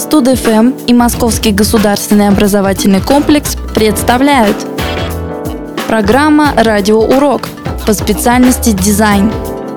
Студ.ФМ и Московский государственный образовательный комплекс представляют программа «Радиоурок» по специальности дизайн.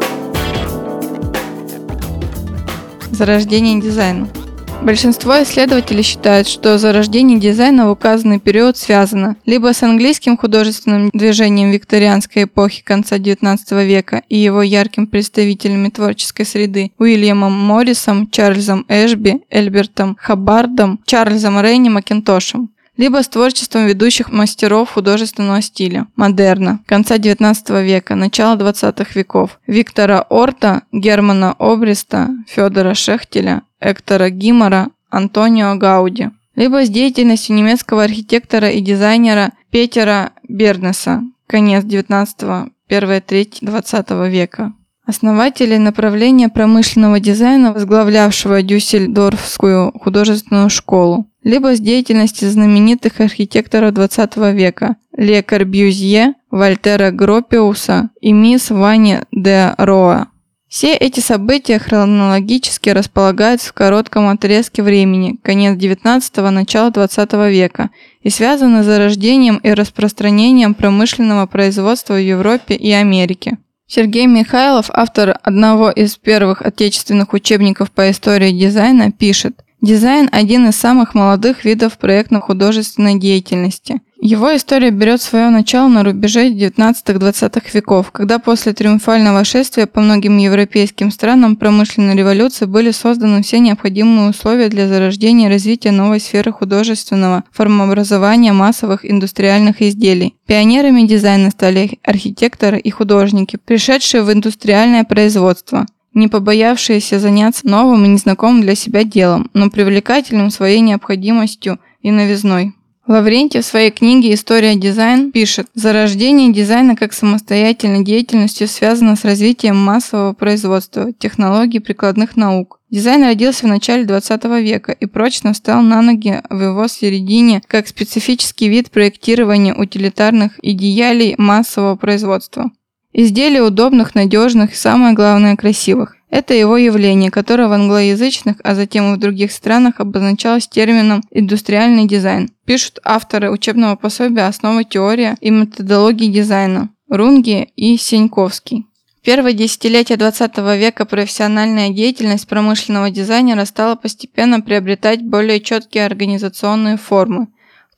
Зарождение дизайна. Большинство исследователей считают, что зарождение дизайна в указанный период связано либо с английским художественным движением викторианской эпохи конца XIX века и его ярким представителями творческой среды Уильямом Моррисом, Чарльзом Эшби, Эльбертом Хаббардом, Чарльзом Рейни Макинтошем, либо с творчеством ведущих мастеров художественного стиля модерна конца XIX века, начала XX веков Виктора Орта, Германа Обриста, Федора Шехтеля, Эктора Гиммера, Антонио Гауди, либо с деятельностью немецкого архитектора и дизайнера Петера Бернеса, конец XIX – первая треть XX века. Основатели направления промышленного дизайна, возглавлявшего Дюссельдорфскую художественную школу, либо с деятельности знаменитых архитекторов XX века Ле Корбюзье, Вольтера Гропиуса и мисс Вани де Роа. Все эти события хронологически располагаются в коротком отрезке времени, конец XIX – начало XX века, и связаны с зарождением и распространением промышленного производства в Европе и Америке. Сергей Михайлов, автор одного из первых отечественных учебников по истории дизайна, пишет: «Дизайн – один из самых молодых видов проектно-художественной деятельности. Его история берет свое начало на рубеже XIX-XX веков, когда после триумфального шествия по многим европейским странам промышленной революции были созданы все необходимые условия для зарождения и развития новой сферы художественного формообразования массовых индустриальных изделий. Пионерами дизайна стали архитекторы и художники, пришедшие в индустриальное производство, не побоявшиеся заняться новым и незнакомым для себя делом, но привлекательным своей необходимостью и новизной». Лаврентьев в своей книге «История дизайна» пишет: «Зарождение дизайна как самостоятельной деятельностью связано с развитием массового производства, технологий прикладных наук. Дизайн родился в начале XX века и прочно встал на ноги в его середине как специфический вид проектирования утилитарных идеалей массового производства. Изделий удобных, надежных и, самое главное, красивых. Это его явление, которое в англоязычных, а затем и в других странах обозначалось термином «индустриальный дизайн», пишут авторы учебного пособия «Основы теории и методологии дизайна» Рунге и Сеньковский. В первые десятилетия XX века профессиональная деятельность промышленного дизайнера стала постепенно приобретать более четкие организационные формы. В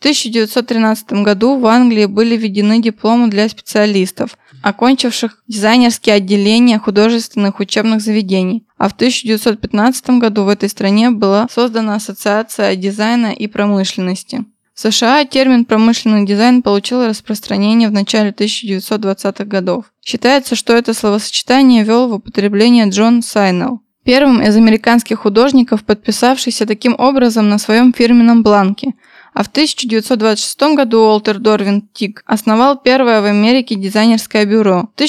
1913 году в Англии были введены дипломы для специалистов, окончивших дизайнерские отделения художественных учебных заведений, а в 1915 году в этой стране была создана Ассоциация дизайна и промышленности. В США термин «промышленный дизайн» получил распространение в начале 1920-х годов. Считается, что это словосочетание ввел в употребление Джон Сайнелл, первым из американских художников, подписавшийся таким образом на своем фирменном бланке. А в 1926 году Уолтер Дорвин Тик основал первое в Америке дизайнерское бюро. В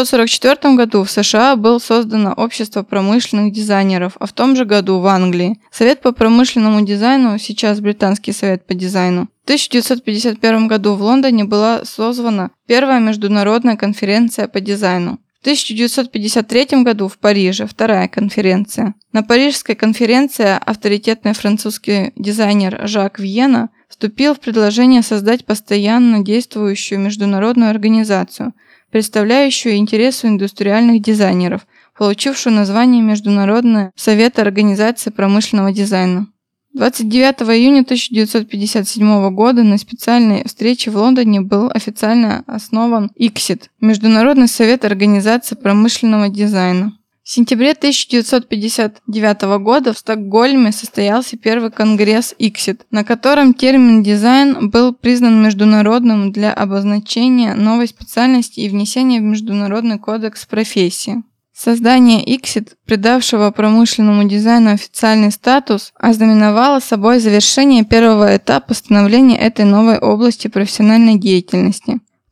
1944 году в США было создано Общество промышленных дизайнеров, а в том же году в Англии Совет по промышленному дизайну, сейчас Британский совет по дизайну. В 1951 году в Лондоне была созвана первая международная конференция по дизайну. В 1953 году в Париже вторая конференция. На Парижской конференции авторитетный французский дизайнер Жак Вьена вступил в предложение создать постоянно действующую международную организацию, представляющую интересы индустриальных дизайнеров, получившую название Международный совет организации промышленного дизайна. 29 июня 1957 года на специальной встрече в Лондоне был официально основан ICSID – Международный совет организации промышленного дизайна. В сентябре 1959 года в Стокгольме состоялся первый конгресс ICSID, на котором термин «дизайн» был признан международным для обозначения новой специальности и внесения в Международный кодекс профессии. Создание ICSID, придавшего промышленному дизайну официальный статус, ознаменовало собой завершение первого этапа становления этой новой области профессиональной деятельности. В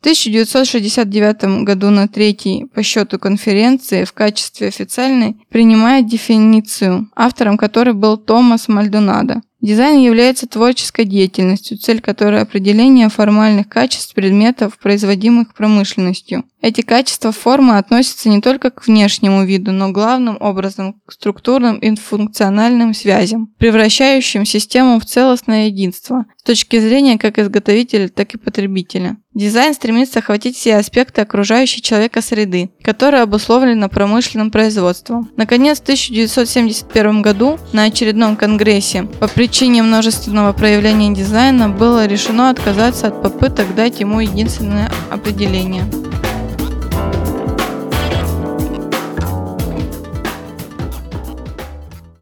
1969 году на третьей по счету конференции в качестве официальной принимает дефиницию, автором которой был Томас Мальдонадо. Дизайн является творческой деятельностью, цель которой – определение формальных качеств предметов, производимых промышленностью. Эти качества формы относятся не только к внешнему виду, но главным образом к структурным и функциональным связям, превращающим систему в целостное единство с точки зрения как изготовителя, так и потребителя. Дизайн стремится охватить все аспекты окружающей человека среды, которые обусловлены промышленным производством. Наконец, в 1971 году на очередном конгрессе по причине множественного проявления дизайна было решено отказаться от попыток дать ему единственное определение.